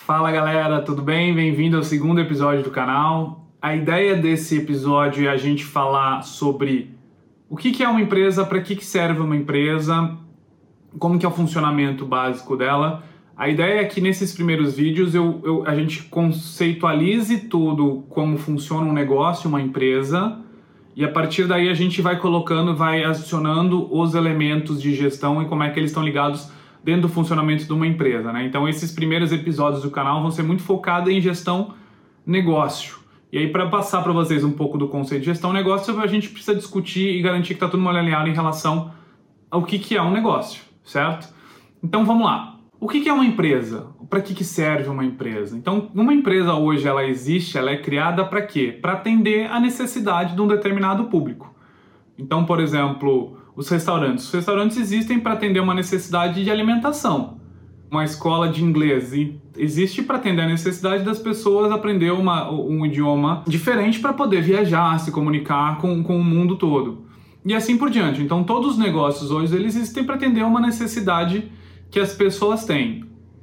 Fala galera, tudo bem? Bem-vindo ao segundo episódio do canal. A ideia desse episódio é a gente falar sobre o que é uma empresa, para que serve uma empresa, como que é o funcionamento básico dela. A ideia é que nesses primeiros vídeos a gente conceitualize tudo como funciona um negócio, uma empresa, e a partir daí a gente vai colocando, vai adicionando os elementos de gestão e como é que eles estão ligados dentro do funcionamento de uma empresa, né? Então esses primeiros episódios do canal vão ser muito focados em gestão negócio. E aí, para passar para vocês um pouco do conceito de gestão negócio, a gente precisa discutir e garantir que está todo mundo alinhado em relação ao que é um negócio, certo? Então vamos lá. O que é uma empresa? Para que serve uma empresa? Então, uma empresa hoje ela existe, ela é criada para quê? Para atender a necessidade de um determinado público. Então, por exemplo, os restaurantes. Os restaurantes existem para atender uma necessidade de alimentação. Uma escola de inglês existe para atender a necessidade das pessoas aprender um idioma diferente para poder viajar, se comunicar com o mundo todo. E assim por diante. Então, todos os negócios hoje eles existem para atender uma necessidade que as pessoas têm.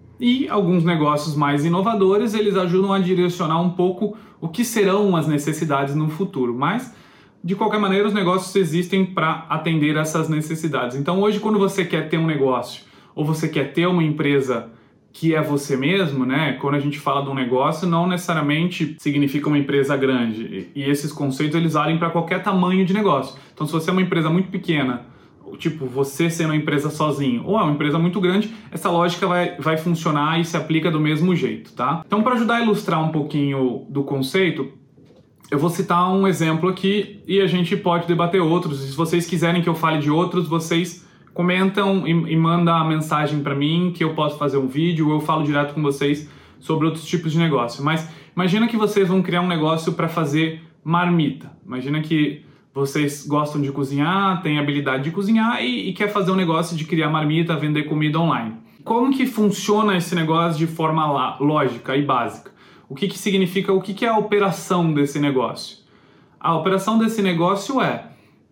E alguns negócios mais inovadores, eles ajudam a direcionar um pouco o que serão as necessidades no futuro. Mas, de qualquer maneira, os negócios existem para atender essas necessidades. Então, hoje, quando você quer ter um negócio, ou você quer ter uma empresa que é você mesmo, né? Quando a gente fala de um negócio, não necessariamente significa uma empresa grande. E esses conceitos, eles valem para qualquer tamanho de negócio. Então, se você é uma empresa muito pequena, tipo você sendo uma empresa sozinho, ou é uma empresa muito grande, essa lógica vai funcionar e se aplica do mesmo jeito, tá? Então, para ajudar a ilustrar um pouquinho do conceito, eu vou citar um exemplo aqui e a gente pode debater outros. Se vocês quiserem que eu fale de outros, vocês comentam e mandam a mensagem para mim que eu posso fazer um vídeo, ou eu falo direto com vocês sobre outros tipos de negócio. Mas imagina que vocês vão criar um negócio para fazer marmita. Imagina que vocês gostam de cozinhar, têm habilidade de cozinhar e quer fazer um negócio de criar marmita, vender comida online. Como que funciona esse negócio de forma lógica e básica? O que significa, o que é a operação desse negócio? A operação desse negócio é: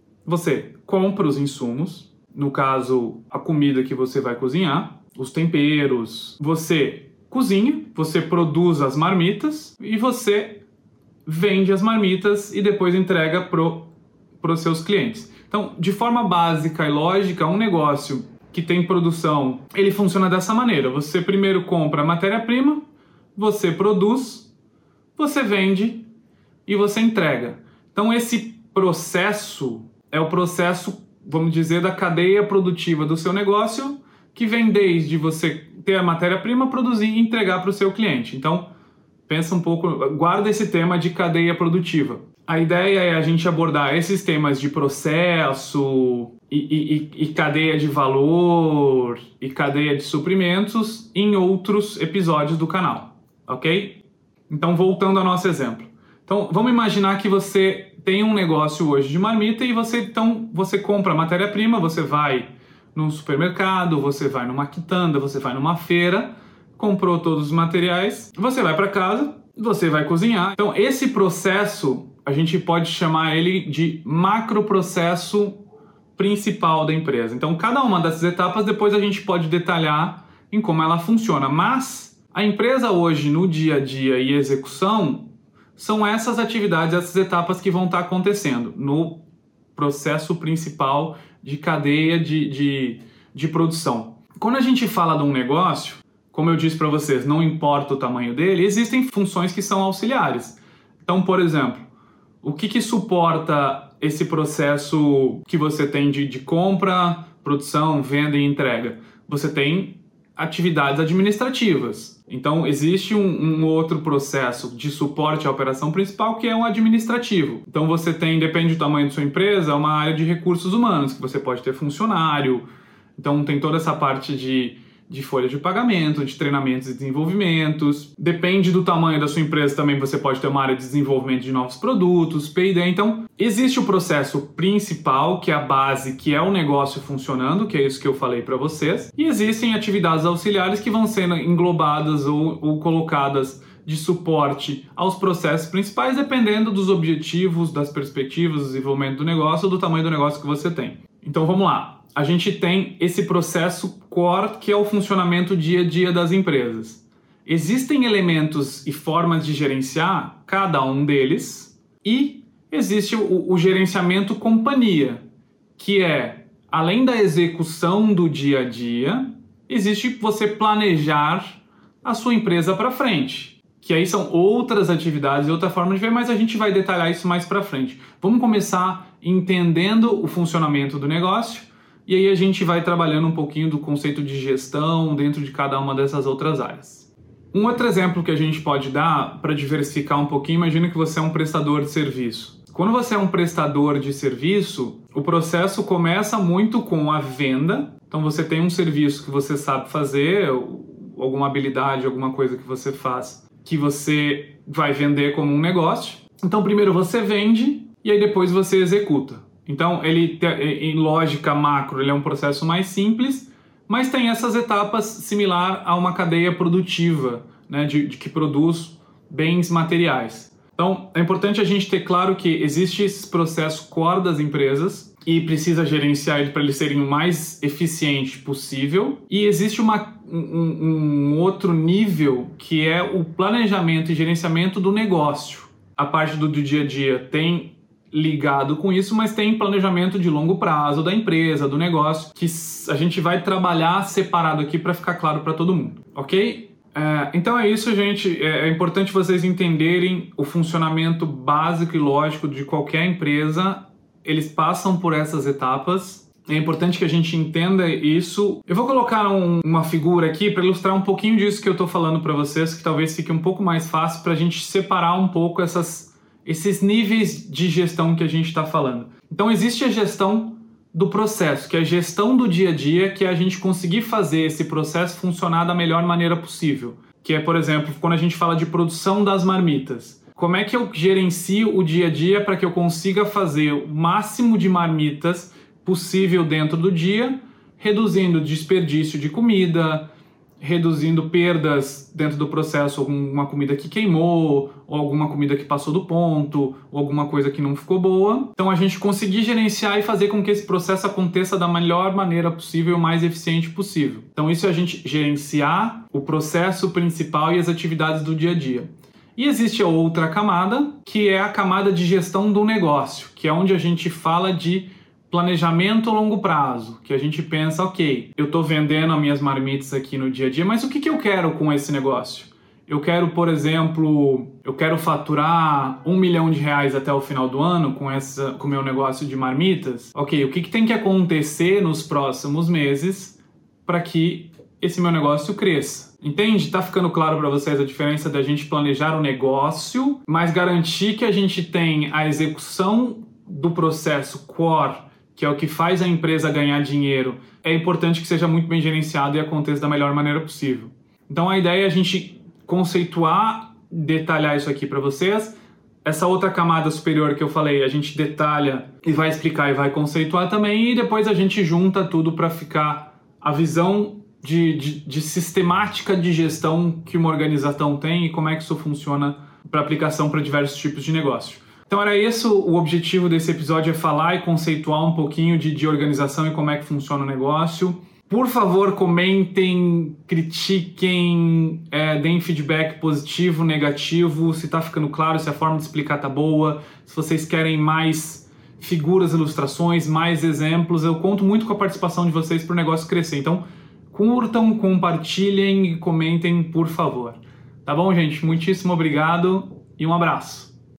você compra os insumos, no caso, a comida que você vai cozinhar, os temperos, você cozinha, você produz as marmitas e você vende as marmitas e depois entrega para os seus clientes. Então, de forma básica e lógica, um negócio que tem produção, ele funciona dessa maneira. Você primeiro compra a matéria-prima, você produz, você vende e você entrega. Então, esse processo é o processo, vamos dizer, da cadeia produtiva do seu negócio, que vem desde você ter a matéria-prima, produzir e entregar para o seu cliente. Então, pensa um pouco, guarda esse tema de cadeia produtiva. A ideia é a gente abordar esses temas de processo e cadeia de valor e cadeia de suprimentos em outros episódios do canal, ok? Então, voltando ao nosso exemplo. Então, vamos imaginar que você tem um negócio hoje de marmita e você compra matéria-prima, você vai num supermercado, você vai numa quitanda, você vai numa feira, comprou todos os materiais, você vai para casa, você vai cozinhar. Então, esse processo a gente pode chamar ele de macroprocesso principal da empresa. Então, cada uma dessas etapas depois a gente pode detalhar em como ela funciona. Mas a empresa hoje, no dia a dia e execução, são essas atividades, essas etapas que vão estar acontecendo no processo principal de cadeia de produção. Quando a gente fala de um negócio, como eu disse para vocês, não importa o tamanho dele, existem funções que são auxiliares. Então, por exemplo, o que suporta esse processo que você tem de compra, produção, venda e entrega? Você tem atividades administrativas. Então, existe um outro processo de suporte à operação principal, que é o administrativo. Então, você tem, depende do tamanho da sua empresa, uma área de recursos humanos, que você pode ter funcionário. Então, tem toda essa parte de folha de pagamento, de treinamentos e desenvolvimentos. Depende do tamanho da sua empresa também, você pode ter uma área de desenvolvimento de novos produtos, P&D. Então, existe o processo principal, que é a base, que é o negócio funcionando, que é isso que eu falei para vocês. E existem atividades auxiliares que vão sendo englobadas ou colocadas de suporte aos processos principais, dependendo dos objetivos, das perspectivas, do desenvolvimento do negócio ou do tamanho do negócio que você tem. Então, vamos lá. A gente tem esse processo core, que é o funcionamento dia a dia das empresas. Existem elementos e formas de gerenciar cada um deles e existe o gerenciamento companhia, que é, além da execução do dia a dia, existe você planejar a sua empresa para frente, que aí são outras atividades e outra forma de ver, mas a gente vai detalhar isso mais para frente. Vamos começar entendendo o funcionamento do negócio e aí a gente vai trabalhando um pouquinho do conceito de gestão dentro de cada uma dessas outras áreas. Um outro exemplo que a gente pode dar para diversificar um pouquinho, imagina que você é um prestador de serviço. Quando você é um prestador de serviço, o processo começa muito com a venda. Então você tem um serviço que você sabe fazer, alguma habilidade, alguma coisa que você faz, que você vai vender como um negócio. Então primeiro você vende e aí depois você executa. Então ele, em lógica macro, ele é um processo mais simples, mas tem essas etapas similar a uma cadeia produtiva, né, de que produz bens materiais. Então, é importante a gente ter claro que existe esse processo core das empresas e precisa gerenciar ele para eles serem o mais eficiente possível. E existe um outro nível que é o planejamento e gerenciamento do negócio. A parte do dia a dia tem ligado com isso, mas tem planejamento de longo prazo da empresa, do negócio, que a gente vai trabalhar separado aqui para ficar claro para todo mundo, ok? Então é isso, gente. É importante vocês entenderem o funcionamento básico e lógico de qualquer empresa. Eles passam por essas etapas. É importante que a gente entenda isso. Eu vou colocar uma figura aqui para ilustrar um pouquinho disso que eu estou falando para vocês, que talvez fique um pouco mais fácil para a gente separar um pouco esses níveis de gestão que a gente está falando. Então existe a gestão do processo, que é a gestão do dia a dia, que é a gente conseguir fazer esse processo funcionar da melhor maneira possível. Que é, por exemplo, quando a gente fala de produção das marmitas. Como é que eu gerencio o dia a dia para que eu consiga fazer o máximo de marmitas possível dentro do dia, reduzindo o desperdício de comida, reduzindo perdas dentro do processo, alguma comida que queimou, ou alguma comida que passou do ponto, ou alguma coisa que não ficou boa. Então a gente conseguir gerenciar e fazer com que esse processo aconteça da melhor maneira possível, o mais eficiente possível. Então isso é a gente gerenciar o processo principal e as atividades do dia a dia. E existe a outra camada, que é a camada de gestão do negócio, que é onde a gente fala de planejamento a longo prazo, que a gente pensa, ok, eu estou vendendo as minhas marmitas aqui no dia a dia, mas o que eu quero com esse negócio? Eu quero, por exemplo, faturar R$1 milhão até o final do ano com o meu negócio de marmitas. Ok, o que tem que acontecer nos próximos meses para que esse meu negócio cresça? Entende? Tá ficando claro para vocês a diferença da gente planejar o negócio, mas garantir que a gente tem a execução do processo core, que é o que faz a empresa ganhar dinheiro. É importante que seja muito bem gerenciado e aconteça da melhor maneira possível. Então a ideia é a gente conceituar, detalhar isso aqui para vocês. Essa outra camada superior que eu falei, a gente detalha e vai explicar e vai conceituar também, e depois a gente junta tudo para ficar a visão de sistemática de gestão que uma organização tem e como é que isso funciona para aplicação para diversos tipos de negócio. Então era esse o objetivo desse episódio, é falar e conceituar um pouquinho de organização e como é que funciona o negócio. Por favor, comentem, critiquem, deem feedback positivo, negativo, se está ficando claro, se a forma de explicar está boa, se vocês querem mais figuras, ilustrações, mais exemplos. Eu conto muito com a participação de vocês para o negócio crescer. Então, curtam, compartilhem e comentem, por favor. Tá bom, gente? Muitíssimo obrigado e um abraço.